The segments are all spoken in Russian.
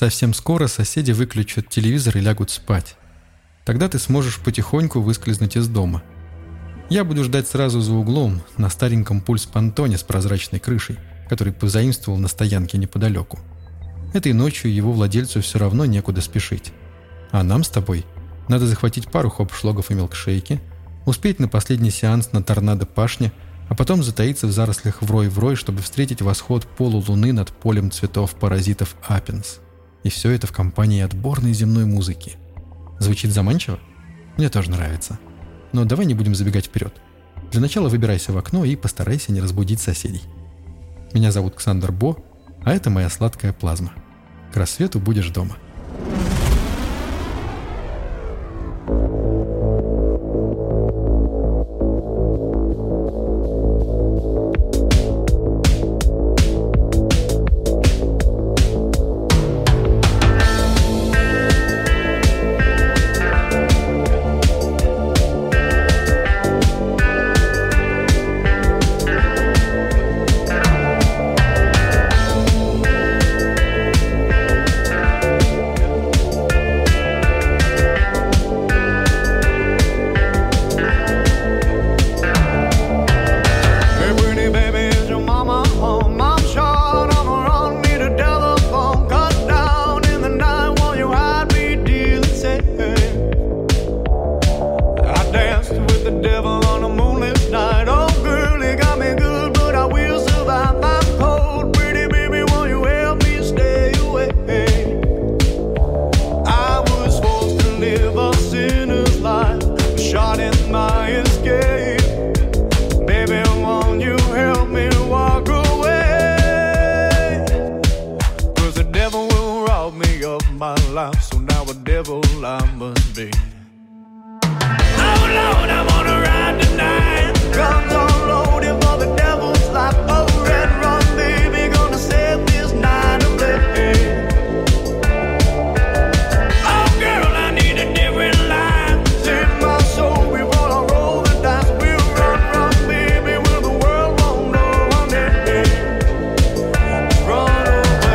Совсем скоро соседи выключат телевизор и лягут спать. Тогда ты сможешь потихоньку выскользнуть из дома. Я буду ждать сразу за углом на стареньком пульс-понтоне с прозрачной крышей, который позаимствовал на стоянке неподалеку. Этой ночью его владельцу все равно некуда спешить. А нам с тобой надо захватить пару хоп-шлогов и милкшейки, успеть на последний сеанс на торнадо-пашне, а потом затаиться в зарослях в рой, чтобы встретить восход полулуны над полем цветов паразитов Аппенс. И все это в компании отборной земной музыки. Звучит заманчиво? Мне тоже нравится. Но давай не будем забегать вперед. Для начала выбирайся в окно и постарайся не разбудить соседей. Меня зовут Ксандер Бо, а это моя сладкая плазма. К рассвету будешь дома. So now a devil I must be. Oh Lord, I wanna ride tonight. Guns all loaded for the devil's life. Oh, red rum, baby, gonna set this night ablaze. Oh girl, I need a different life. Save my soul before I roll the dice. We'll run, baby, where the world won't know I'm dead. Run away.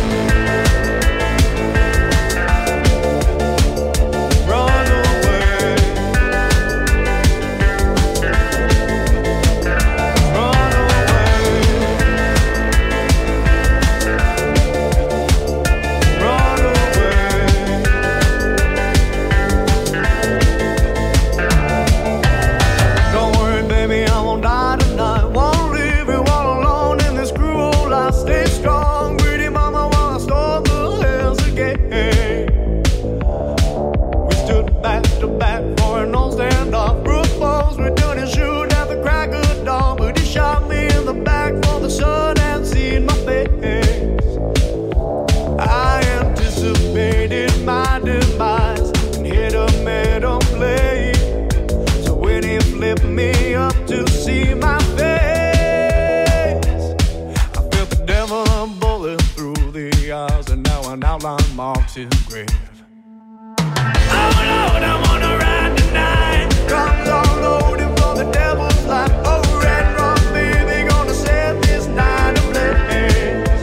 Marks his grave. Oh Lord, I wanna ride tonight. Guns all loaded for the devil's life. Oh, red rum, baby, gonna set this night ablaze.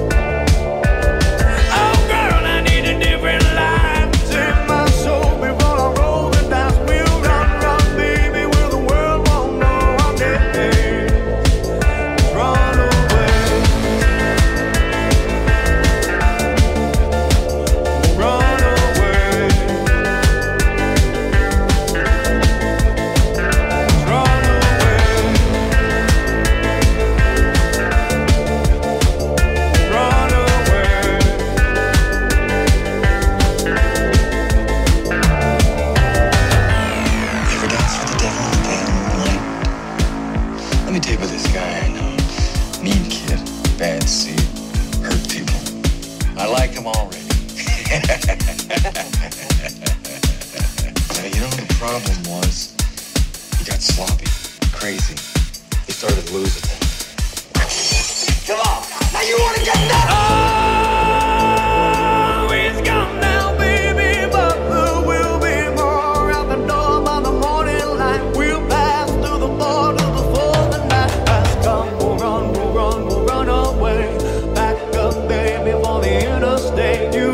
Oh girl, I need a different life. Save my soul before I roll the dice. We'll run, baby, where the world won't know I'm dead. Run away. You know, the problem was, he got sloppy, crazy. He started losing it. Come on, now you want to get nuts! Oh, he's gone now, baby, but there will be more out the door by the morning light. We'll pass through the border before the night has come. We'll run away. Back up, baby, for the interstate. You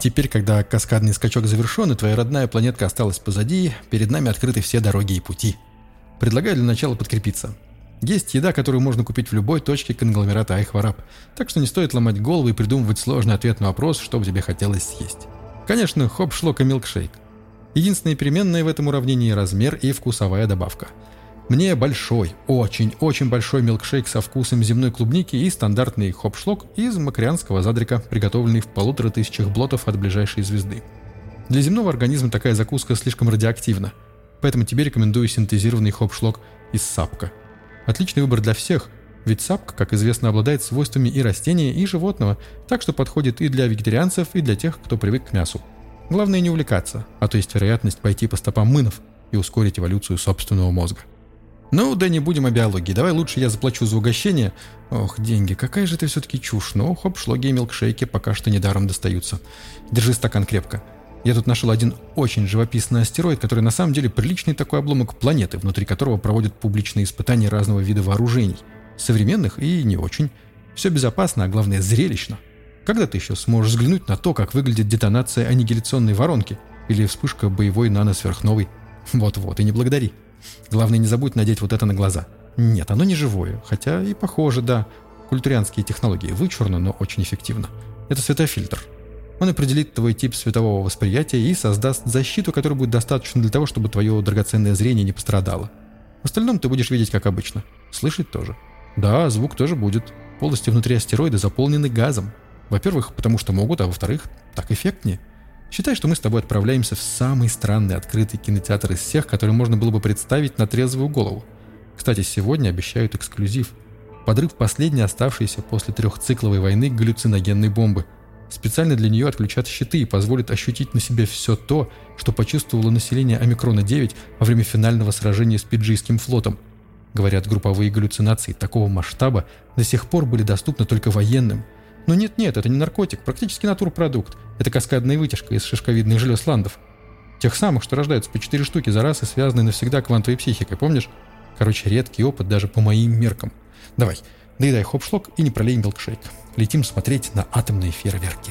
Теперь, когда каскадный скачок завершен и твоя родная планетка осталась позади, перед нами открыты все дороги и пути. Предлагаю для начала подкрепиться. Есть еда, которую можно купить в любой точке конгломерата Айхвараб, так что не стоит ломать голову и придумывать сложный ответ на вопрос, что бы тебе хотелось съесть. Конечно, хоп-шлок и милкшейк. Единственные переменные в этом уравнении – размер и вкусовая добавка. Мне большой, очень большой милкшейк со вкусом земной клубники и стандартный хоп-шлок из макарианского задрика, приготовленный в 1500 блотов от ближайшей звезды. Для земного организма такая закуска слишком радиоактивна, поэтому тебе рекомендую синтезированный хоп-шлок из сапка. Отличный выбор для всех, ведь сапка, как известно, обладает свойствами и растения, и животного, так что подходит и для вегетарианцев, и для тех, кто привык к мясу. Главное не увлекаться, а то есть вероятность пойти по стопам мынов и ускорить эволюцию собственного мозга. Ну, да не будем о биологии, давай лучше я заплачу за угощение. Ох, деньги, какая же ты все-таки чушь, но хоп-шлоги и милкшейки пока что недаром достаются. Держи стакан крепко. Я тут нашел один очень живописный астероид, который на самом деле приличный такой обломок планеты, внутри которого проводят публичные испытания разного вида вооружений. Современных и не очень. Все безопасно, а главное зрелищно. Когда ты еще сможешь взглянуть на то, как выглядит детонация аннигиляционной воронки или вспышка боевой наносверхновой? Вот-вот, и не благодари. Главное, не забудь надеть вот это на глаза. Нет, оно не живое, хотя и похоже, да. Культурианские технологии вычурно, но очень эффективно. Это светофильтр. Он определит твой тип светового восприятия и создаст защиту, которая будет достаточно для того, чтобы твое драгоценное зрение не пострадало. В остальном ты будешь видеть как обычно. Слышать тоже. Да, звук тоже будет. Полости внутри астероида заполнены газом. Во-первых, потому что могут, а во-вторых, так эффектнее. Считай, что мы с тобой отправляемся в самый странный открытый кинотеатр из всех, который можно было бы представить на трезвую голову. Кстати, сегодня обещают эксклюзив. Подрыв последней оставшейся после 3-цикловой войны галлюциногенной бомбы. Специально для нее отключат щиты и позволят ощутить на себе все то, что почувствовало население Омикрона-9 во время финального сражения с Пиджийским флотом. Говорят, групповые галлюцинации такого масштаба до сих пор были доступны только военным. Но нет, это не наркотик, практически натурпродукт. Это каскадная вытяжка из шишковидных желез ландов. Тех самых, что рождаются по 4 штуки за раз и связаны навсегда квантовой психикой, помнишь? Короче, редкий опыт даже по моим меркам. Давай, доедай хоп-шлок и не пролей милкшейк. Летим смотреть на атомные фейерверки.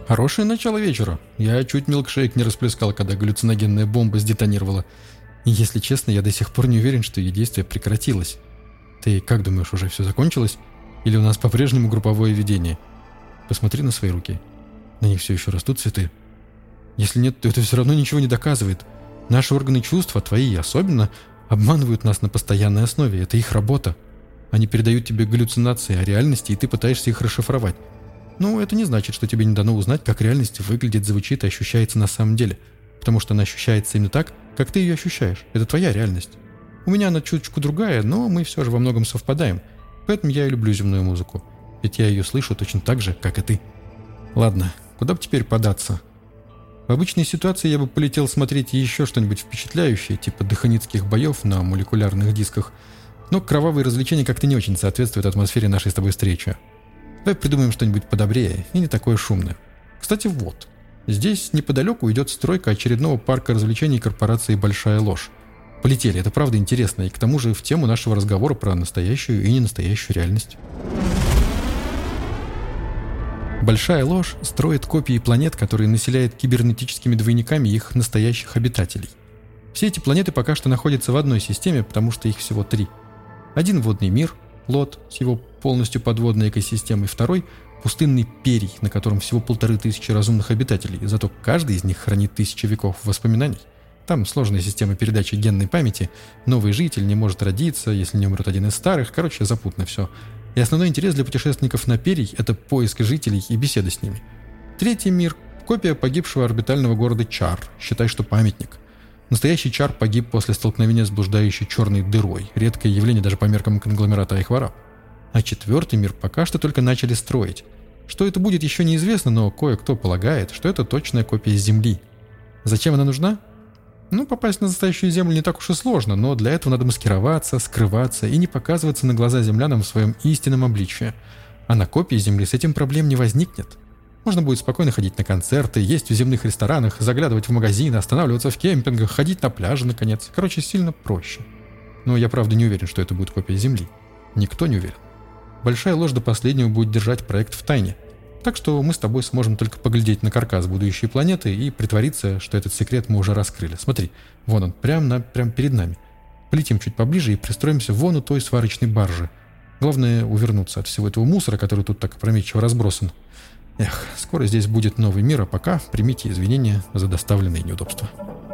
Хорошее начало вечера. Я чуть милкшейк не расплескал, когда галлюциногенная бомба сдетонировала. И, если честно, я до сих пор не уверен, что ее действие прекратилось. Ты как думаешь, уже все закончилось? Или у нас по-прежнему групповое видение? Посмотри на свои руки. На них все еще растут цветы. Если нет, то это все равно ничего не доказывает. Наши органы чувства, твои особенно, обманывают нас на постоянной основе. Это их работа. Они передают тебе галлюцинации о реальности, и ты пытаешься их расшифровать. Но это не значит, что тебе не дано узнать, как реальность выглядит, звучит и ощущается на самом деле. Потому что она ощущается именно так, как ты ее ощущаешь. Это твоя реальность. У меня она чуточку другая, но мы все же во многом совпадаем. Поэтому я и люблю земную музыку. Ведь я ее слышу точно так же, как и ты. Ладно, куда бы теперь податься? В обычной ситуации я бы полетел смотреть еще что-нибудь впечатляющее, типа дыханицких боев на молекулярных дисках. Но кровавые развлечения как-то не очень соответствуют атмосфере нашей с тобой встречи. Давай придумаем что-нибудь подобрее и не такое шумное. Кстати, вот. Здесь неподалеку идет стройка очередного парка развлечений корпорации «Большая ложь». Полетели, это правда интересно, и к тому же в тему нашего разговора про настоящую и ненастоящую реальность. «Большая ложь» строит копии планет, которые населяют кибернетическими двойниками их настоящих обитателей. Все эти планеты пока что находятся в одной системе, потому что их всего 3. Один водный мир, Лот, с его полностью подводной экосистемой, второй – пустынный Перий, на котором всего 1500 разумных обитателей, зато каждый из них хранит 1000 веков воспоминаний. Там сложная система передачи генной памяти, новый житель не может родиться, если не умрет один из старых, короче, запутно все. И основной интерес для путешественников на Перий – это поиск жителей и беседа с ними. Третий мир – копия погибшего орбитального города Чар, считай, что памятник. Настоящий Чар погиб после столкновения с блуждающей черной дырой, редкое явление даже по меркам конгломерата Айхвараб. А четвертый мир пока что только начали строить. Что это будет, еще неизвестно, но кое-кто полагает, что это точная копия Земли. Зачем она нужна? Попасть на настоящую Землю не так уж и сложно, но для этого надо маскироваться, скрываться и не показываться на глаза землянам в своем истинном обличии. А на копии Земли с этим проблем не возникнет. Можно будет спокойно ходить на концерты, есть в земных ресторанах, заглядывать в магазины, останавливаться в кемпингах, ходить на пляже, наконец. Короче, сильно проще. Но я правда не уверен, что это будет копия Земли. Никто не уверен. Большая ложь до последнего будет держать проект в тайне. Так что мы с тобой сможем только поглядеть на каркас будущей планеты и притвориться, что этот секрет мы уже раскрыли. Смотри, вон он, прямо перед нами. Полетим чуть поближе и пристроимся вон у той сварочной баржи. Главное увернуться от всего этого мусора, который тут так опрометчиво разбросан. Эх, скоро здесь будет новый мир, а пока примите извинения за доставленные неудобства.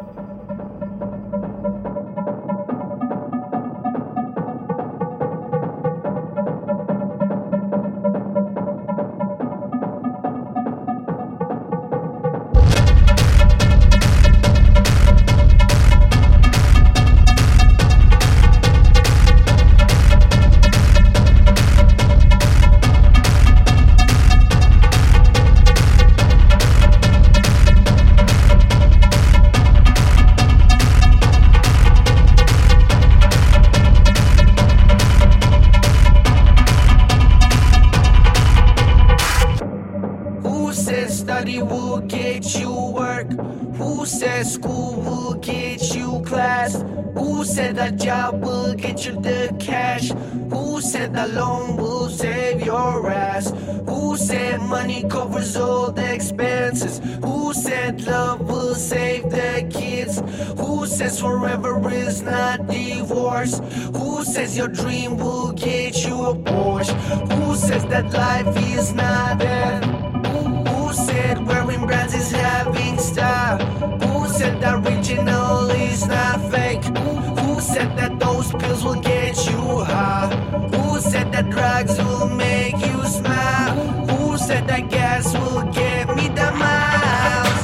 Study will get you work. Who said school will get you class? Who said that job will get you the cash? Who said that loan will save your ass? Who said money covers all the expenses? Who said love will save the kids? Who says forever is not divorce? Who says your dream will get you a Porsche? Who says that life is not death? Who said wearing brands is having style? Who said that original is not fake? Who said that those pills will get you high? Who said that drugs will make you smile? Who said that gas will get me the miles?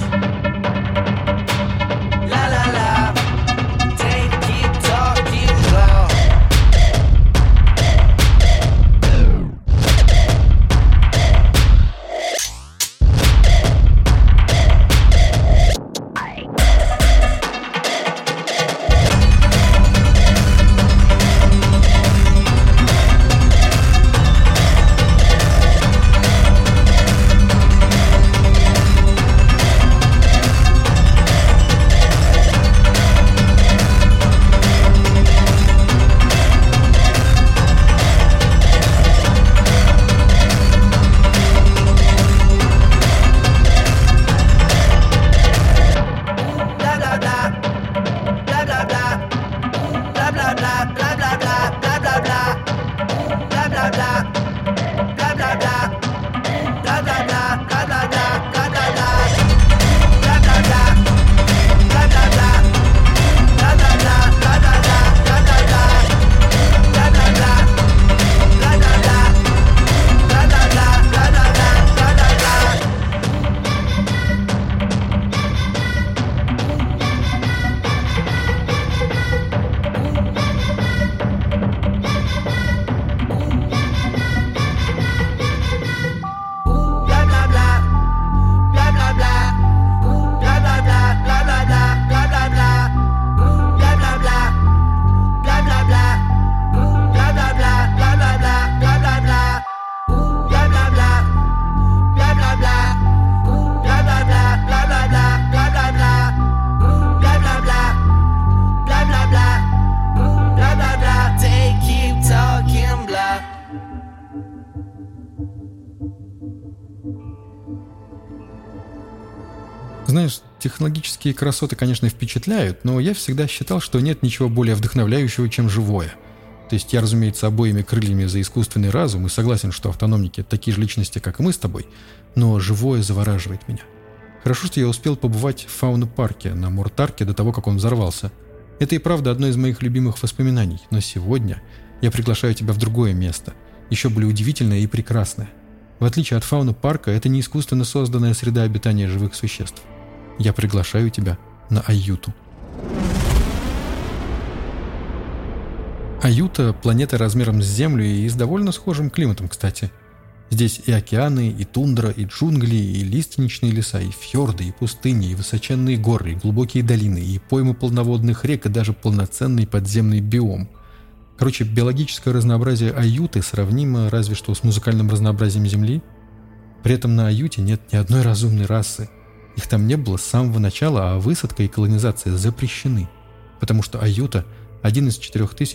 La la la, take keep talking loud. Знаешь, технологические красоты, конечно, впечатляют, но я всегда считал, что нет ничего более вдохновляющего, чем живое. То есть я, разумеется, обоими крыльями за искусственный разум и согласен, что автономники такие же личности, как и мы с тобой, но живое завораживает меня. Хорошо, что я успел побывать в фауна-парке на Мортарке до того, как он взорвался. Это и правда одно из моих любимых воспоминаний, но сегодня я приглашаю тебя в другое место, еще более удивительное и прекрасное. В отличие от фауна-парка, это не искусственно созданная среда обитания живых существ. Я приглашаю тебя на Аюту. Аюта – планета размером с Землю и с довольно схожим климатом, кстати. Здесь и океаны, и тундра, и джунгли, и лиственничные леса, и фьорды, и пустыни, и высоченные горы, и глубокие долины, и поймы полноводных рек, и даже полноценный подземный биом. Короче, биологическое разнообразие Аюты сравнимо разве что с музыкальным разнообразием Земли. При этом на Аюте нет ни одной разумной расы. Их там не было с самого начала, а высадка и колонизация запрещены, потому что Аюта – один из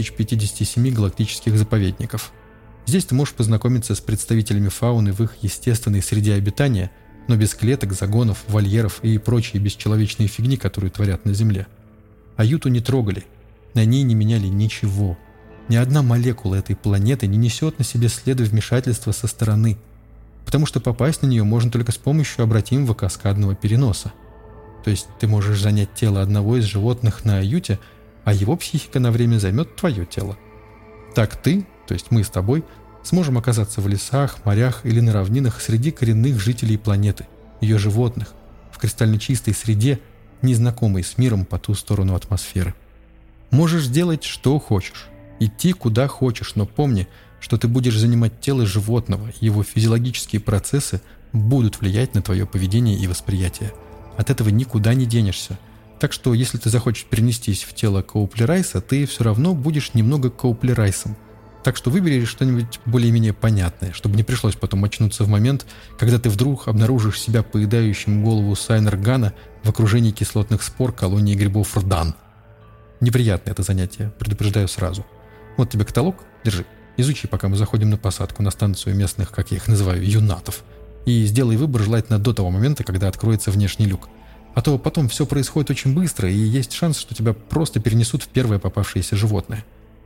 4057 галактических заповедников. Здесь ты можешь познакомиться с представителями фауны в их естественной среде обитания, но без клеток, загонов, вольеров и прочей бесчеловечной фигни, которую творят на Земле. Аюту не трогали, на ней не меняли ничего. Ни одна молекула этой планеты не несет на себе следы вмешательства со стороны, потому что попасть на нее можно только с помощью обратимого каскадного переноса. То есть ты можешь занять тело одного из животных на Аюте, а его психика на время займет твое тело. Так ты, то есть мы с тобой, сможем оказаться в лесах, морях или на равнинах среди коренных жителей планеты, ее животных, в кристально чистой среде, незнакомой с миром по ту сторону атмосферы. Можешь делать, что хочешь, идти куда хочешь, но помни, что ты будешь занимать тело животного, и его физиологические процессы будут влиять на твое поведение и восприятие. От этого никуда не денешься. Так что, если ты захочешь перенестись в тело Коупли-Райса, ты все равно будешь немного Коупли-Райсом. Так что выбери что-нибудь более-менее понятное, чтобы не пришлось потом очнуться в момент, когда ты вдруг обнаружишь себя поедающим голову Сайнер-Гана в окружении кислотных спор колонии грибов Рдан. Неприятное это занятие, предупреждаю сразу. Вот тебе каталог, держи. Изучи, пока мы заходим на посадку на станцию местных, как я их называю, юнатов. И сделай выбор желательно до того момента, когда откроется внешний люк. А то потом все происходит очень быстро, и есть шанс, что тебя просто перенесут в первое попавшееся животное.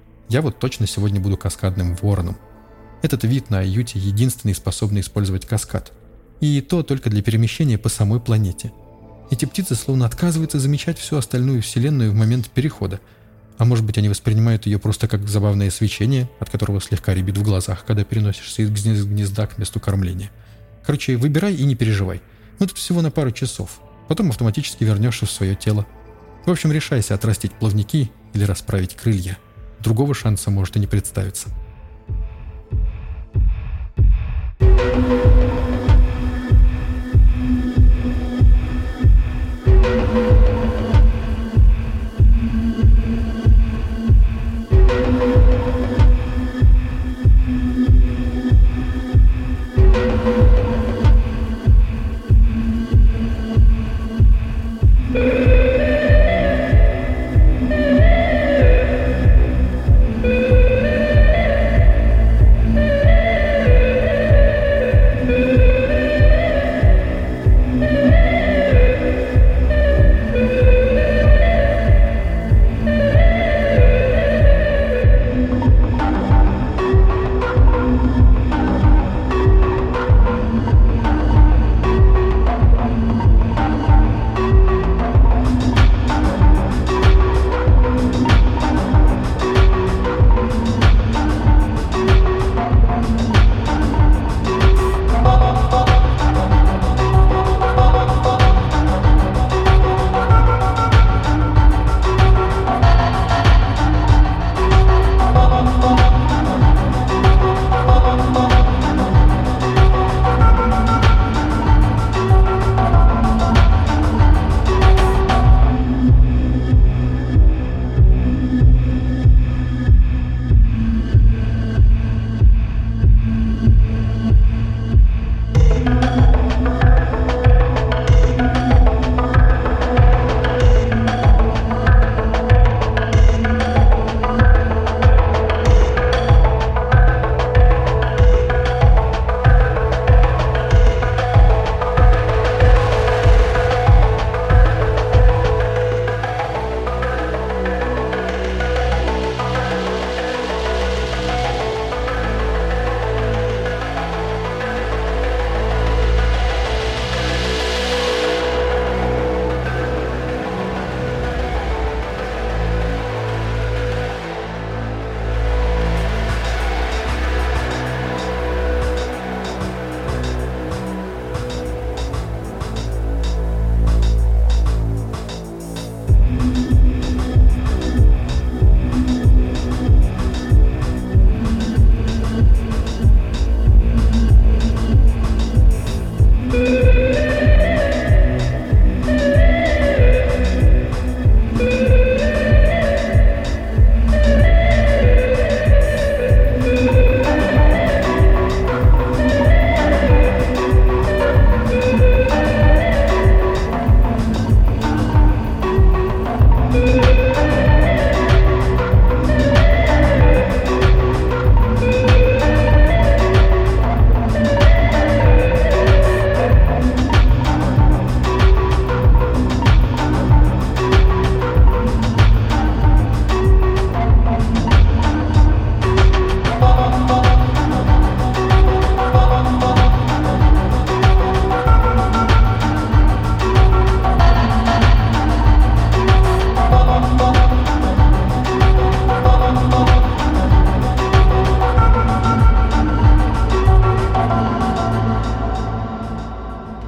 Я вот точно сегодня буду каскадным вороном. Этот вид на Аюте единственный способный использовать каскад. И то только для перемещения по самой планете. Эти птицы словно отказываются замечать всю остальную вселенную в момент перехода. А может быть, они воспринимают ее просто как забавное свечение, от которого слегка рябит в глазах, когда переносишься из гнезда к месту кормления. Короче, выбирай и не переживай. Ну, тут всего на пару часов. Потом автоматически вернешься в свое тело. В общем, решайся отрастить плавники или расправить крылья. Другого шанса может и не представиться.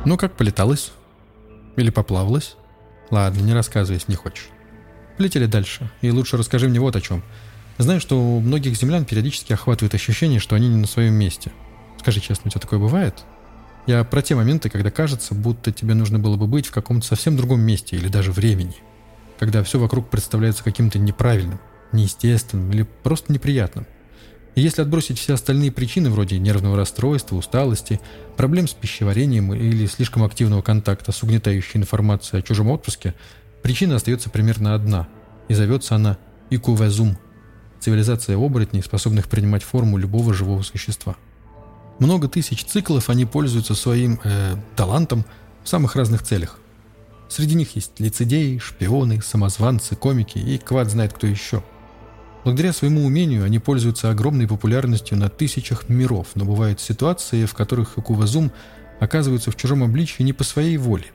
Ну, как полеталось? Или поплавалось? Ладно, не рассказывай, если не хочешь. Полетели дальше. И лучше расскажи мне вот о чем. Знаю, что у многих землян периодически охватывает ощущение, что они не на своем месте. Скажи честно, у тебя такое бывает? Я про те моменты, когда кажется, будто тебе нужно было бы быть в каком-то совсем другом месте или даже времени. Когда все вокруг представляется каким-то неправильным, неестественным или просто неприятным. И если отбросить все остальные причины, вроде нервного расстройства, усталости, проблем с пищеварением или слишком активного контакта с угнетающей информацией о чужом отпуске, причина остается примерно одна, и зовется она Икувезум – цивилизация оборотней, способных принимать форму любого живого существа. Много тысяч циклов они пользуются своим талантом в самых разных целях. Среди них есть лицедеи, шпионы, самозванцы, комики и квад знает кто еще. Благодаря своему умению они пользуются огромной популярностью на тысячах миров, но бывают ситуации, в которых Икувезум оказываются в чужом обличье не по своей воле.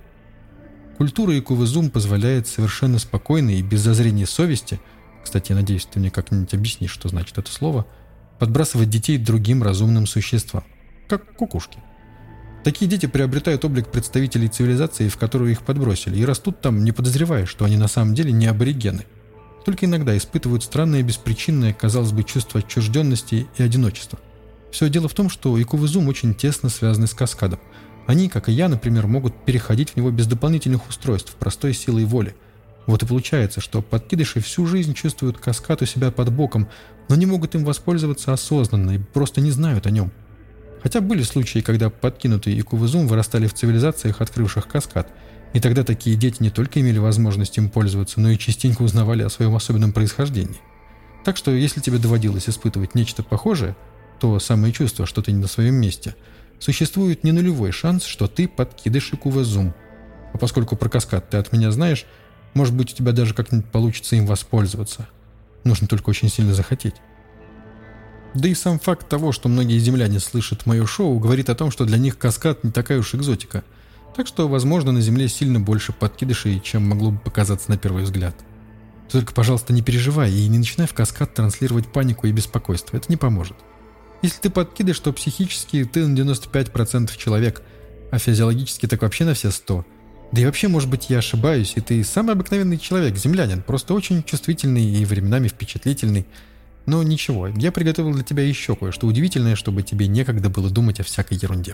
Культура Икувезум позволяет совершенно спокойно и без зазрения совести, кстати, я надеюсь, ты мне как-нибудь объяснишь, что значит это слово, подбрасывать детей другим разумным существам, как кукушки. Такие дети приобретают облик представителей цивилизации, в которую их подбросили, и растут там, не подозревая, что они на самом деле не аборигены. Только иногда испытывают странное беспричинное, казалось бы, чувство отчужденности и одиночества. Все дело в том, что Икувезум очень тесно связаны с каскадом. Они, как и я, например, могут переходить в него без дополнительных устройств, простой силой воли. Вот и получается, что подкидыши всю жизнь чувствуют каскад у себя под боком, но не могут им воспользоваться осознанно и просто не знают о нем. Хотя были случаи, когда подкинутые Икувезум вырастали в цивилизациях, открывших каскад, и тогда такие дети не только имели возможность им пользоваться, но и частенько узнавали о своем особенном происхождении. Так что, если тебе доводилось испытывать нечто похожее, то самое чувство, что ты не на своем месте, существует не нулевой шанс, что ты подкидыш Икувезум. А поскольку про каскад ты от меня знаешь, может быть, у тебя даже как-нибудь получится им воспользоваться. Нужно только очень сильно захотеть. Да и сам факт того, что многие земляне слышат мое шоу, говорит о том, что для них каскад не такая уж экзотика. Так что, возможно, на Земле сильно больше подкидышей, чем могло бы показаться на первый взгляд. Ты только, пожалуйста, не переживай и не начинай в каскад транслировать панику и беспокойство. Это не поможет. Если ты подкидыш, то психически ты на 95% человек, а физиологически так вообще на все 100%. Да и вообще, может быть, я ошибаюсь, и ты самый обыкновенный человек, землянин, просто очень чувствительный и временами впечатлительный. Но ничего, я приготовил для тебя еще кое-что удивительное, чтобы тебе некогда было думать о всякой ерунде.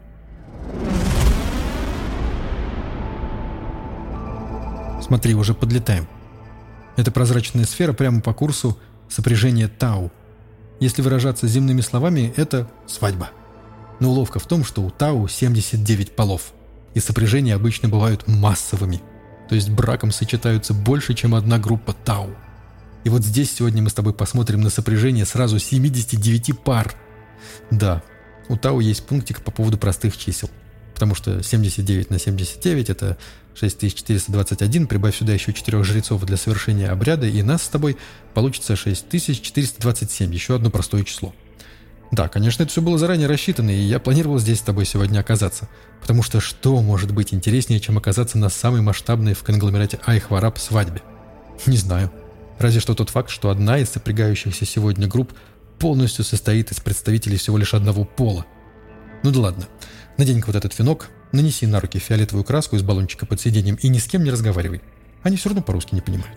Смотри, уже подлетаем. Это прозрачная сфера прямо по курсу сопряжения Тау. Если выражаться земными словами, это свадьба. Но уловка в том, что у Тау 79 полов. И сопряжения обычно бывают массовыми. То есть браком сочетаются больше, чем одна группа Тау. И вот здесь сегодня мы с тобой посмотрим на сопряжение сразу 79 пар. Да, у Тау есть пунктик по поводу простых чисел. Потому что 79 на 79 – это 6421, прибавь сюда еще 4 жрецов для совершения обряда, и нас с тобой получится 6427, еще одно простое число. Да, конечно, это все было заранее рассчитано, и я планировал здесь с тобой сегодня оказаться. Потому что что может быть интереснее, чем оказаться на самой масштабной в конгломерате Айхвараб свадьбе? Не знаю. Разве что тот факт, что одна из сопрягающихся сегодня групп полностью состоит из представителей всего лишь одного пола. Ну да ладно. Надень-ка вот этот венок, нанеси на руки фиолетовую краску из баллончика под сиденьем и ни с кем не разговаривай. Они все равно по-русски не понимают.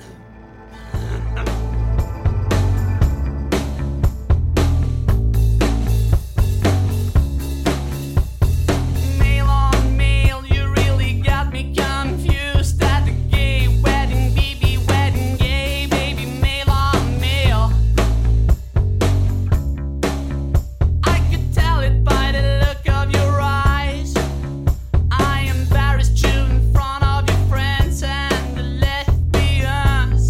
Embarrassed you in front of your friends and the lesbians.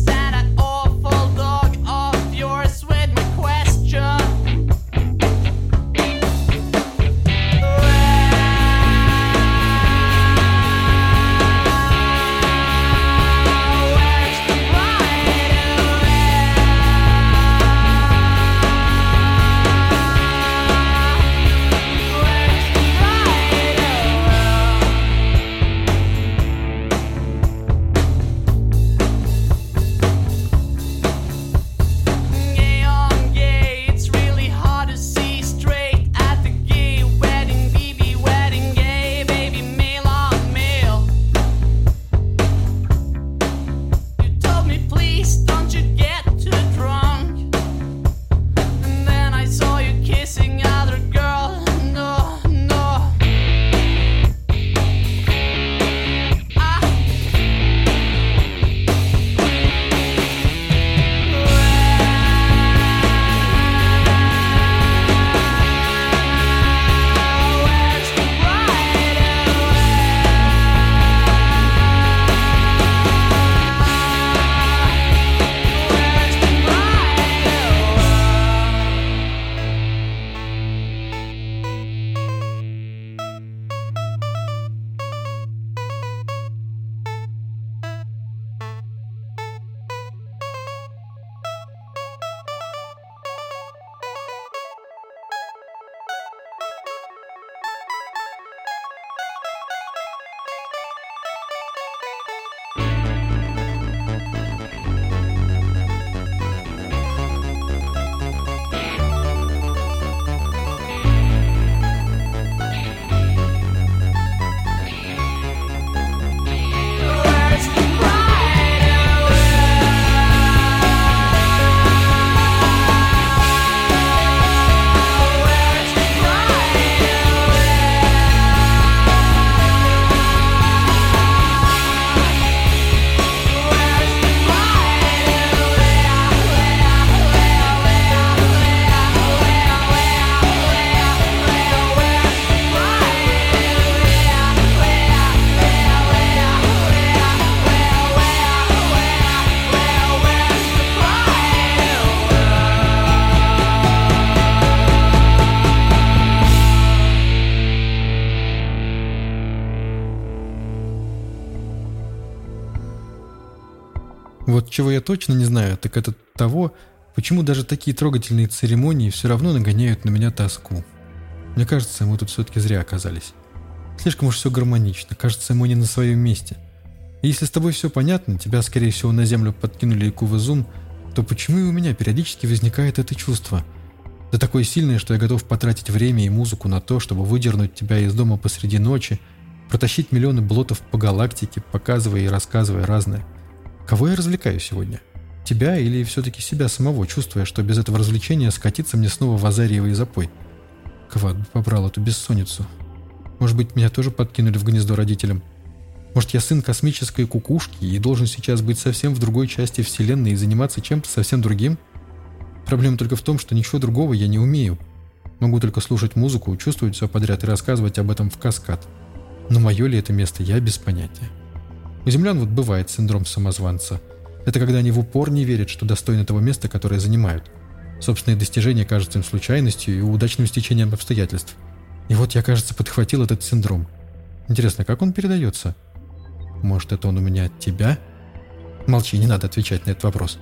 Вот чего я точно не знаю, так это того, почему даже такие трогательные церемонии все равно нагоняют на меня тоску. Мне кажется, мы тут все-таки зря оказались. Слишком уж все гармонично, кажется, мы не на своем месте. И если с тобой все понятно, тебя, скорее всего, на землю подкинули Икувы-Зум, то почему и у меня периодически возникает это чувство? Да такое сильное, что я готов потратить время и музыку на то, чтобы выдернуть тебя из дома посреди ночи, протащить миллионы блотов по галактике, показывая и рассказывая разное. Кого я развлекаю сегодня? Тебя или все-таки себя самого, чувствуя, что без этого развлечения скатиться мне снова в азариевый запой? Квад бы побрал эту бессонницу. Может быть, меня тоже подкинули в гнездо родителям? Может, я сын космической кукушки и должен сейчас быть совсем в другой части Вселенной и заниматься чем-то совсем другим? Проблема только в том, что ничего другого я не умею. Могу только слушать музыку, чувствовать все подряд и рассказывать об этом в каскад. Но мое ли это место, я без понятия. У землян вот бывает синдром самозванца. Это когда они в упор не верят, что достойны того места, которое занимают. Собственные достижения кажутся им случайностью и удачным стечением обстоятельств. И вот я, кажется, подхватил этот синдром. Интересно, как он передается? Может, это он у меня от тебя? Молчи, не надо отвечать на этот вопрос.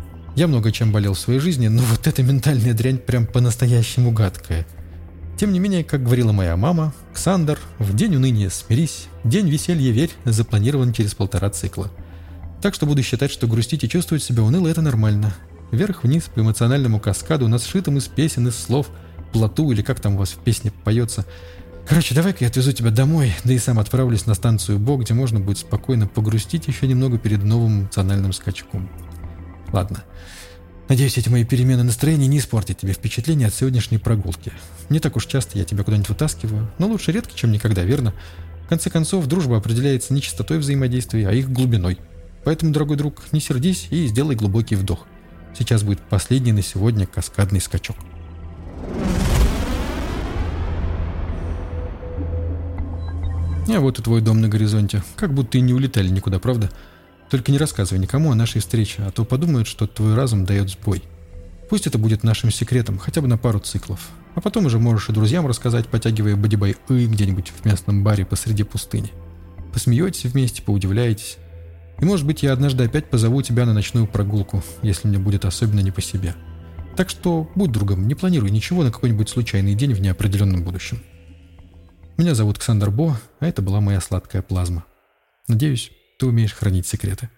Я много чем болел в своей жизни, но вот эта ментальная дрянь прям по-настоящему гадкая. Тем не менее, как говорила моя мама, Ксандр, в день уныния смирись, день веселья верь, запланирован через 1,5 цикла. Так что буду считать, что грустить и чувствовать себя уныло – это нормально. Вверх-вниз по эмоциональному каскаду, насшитым из песен, из слов, плоту или как там у вас в песне поется. Короче, давай-ка я отвезу тебя домой, да и сам отправлюсь на станцию Бо, где можно будет спокойно погрустить еще немного перед новым эмоциональным скачком. Ладно. Надеюсь, эти мои перемены настроения не испортят тебе впечатление от сегодняшней прогулки. Не так уж часто я тебя куда-нибудь вытаскиваю, но лучше редко, чем никогда, верно? В конце концов, дружба определяется не частотой взаимодействия, а их глубиной. Поэтому, дорогой друг, не сердись и сделай глубокий вдох. Сейчас будет последний на сегодня каскадный скачок. А вот и твой дом на горизонте. Как будто и не улетали никуда, правда? Только не рассказывай никому о нашей встрече, а то подумают, что твой разум дает сбой. Пусть это будет нашим секретом, хотя бы на пару циклов. А потом уже можешь и друзьям рассказать, потягивая бодибай-ы где-нибудь в местном баре посреди пустыни. Посмеетесь вместе, поудивляетесь. И может быть я однажды опять позову тебя на ночную прогулку, если мне будет особенно не по себе. Так что будь другом, не планируй ничего на какой-нибудь случайный день в неопределенном будущем. Меня зовут Ксандр Бо, а это была моя сладкая плазма. Надеюсь, ты умеешь хранить секреты.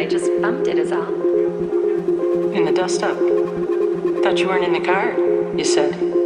just bumped it is all. In the dust up. Thought you weren't in the car, you said.